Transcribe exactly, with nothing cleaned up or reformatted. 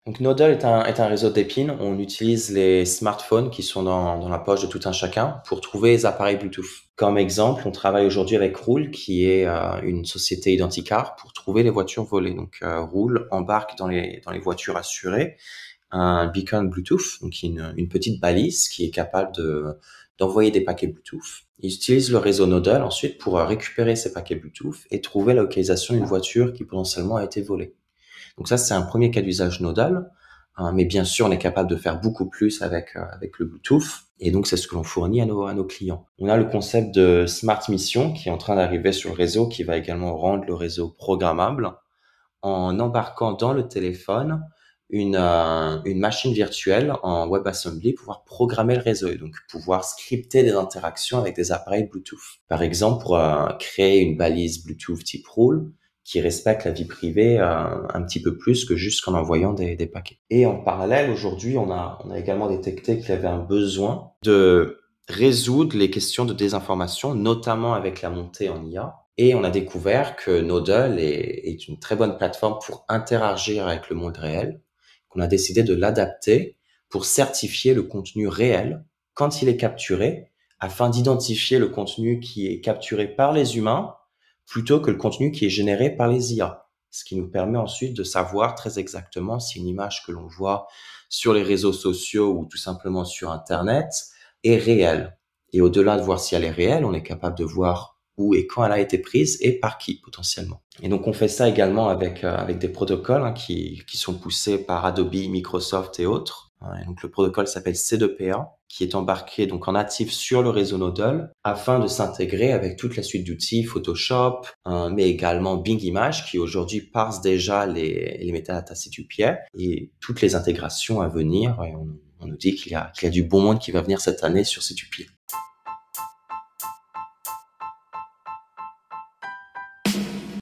Donc Nodal est un, est un réseau d'épines. On utilise les smartphones qui sont dans, dans la poche de tout un chacun pour trouver les appareils Bluetooth. Comme exemple, on travaille aujourd'hui avec Roule, qui est euh, une société identicar pour trouver les voitures volées. Donc euh, Roule embarque dans les, dans les voitures assurées un beacon Bluetooth, donc une, une petite balise qui est capable de d'envoyer des paquets Bluetooth. Ils utilisent le réseau Nodal ensuite pour euh, récupérer ces paquets Bluetooth et trouver la localisation d'une voiture qui potentiellement a été volée. Donc ça, c'est un premier cas d'usage nodal. Hein, mais bien sûr, on est capable de faire beaucoup plus avec, euh, avec le Bluetooth. Et donc, c'est ce que l'on fournit à nos, à nos clients. On a le concept de Smart Mission qui est en train d'arriver sur le réseau, qui va également rendre le réseau programmable en embarquant dans le téléphone une, euh, une machine virtuelle en WebAssembly pour pouvoir programmer le réseau et donc pouvoir scripter des interactions avec des appareils Bluetooth. Par exemple, pour euh, créer une balise Bluetooth type rule qui respecte la vie privée euh, un petit peu plus que juste qu'en envoyant des, des paquets. Et en parallèle, aujourd'hui, on a, on a également détecté qu'il y avait un besoin de résoudre les questions de désinformation, notamment avec la montée en I A. Et on a découvert que Nodal est, est une très bonne plateforme pour interagir avec le monde réel, qu'on a décidé de l'adapter pour certifier le contenu réel quand il est capturé, afin d'identifier le contenu qui est capturé par les humains plutôt que le contenu qui est généré par les I A. Ce qui nous permet ensuite de savoir très exactement si une image que l'on voit sur les réseaux sociaux ou tout simplement sur Internet est réelle. Et au-delà de voir si elle est réelle, on est capable de voir où et quand elle a été prise et par qui potentiellement. Et donc on fait ça également avec euh, avec des protocoles hein, qui qui sont poussés par Adobe, Microsoft et autres. Et donc le protocole s'appelle C deux P A, qui est embarqué donc en natif sur le réseau Nodal afin de s'intégrer avec toute la suite d'outils Photoshop, hein, mais également Bing Images qui aujourd'hui parse déjà les les métadatas si tu pieds et toutes les intégrations à venir. Et on, on nous dit qu'il y a qu'il y a du bon monde qui va venir cette année sur C deux P.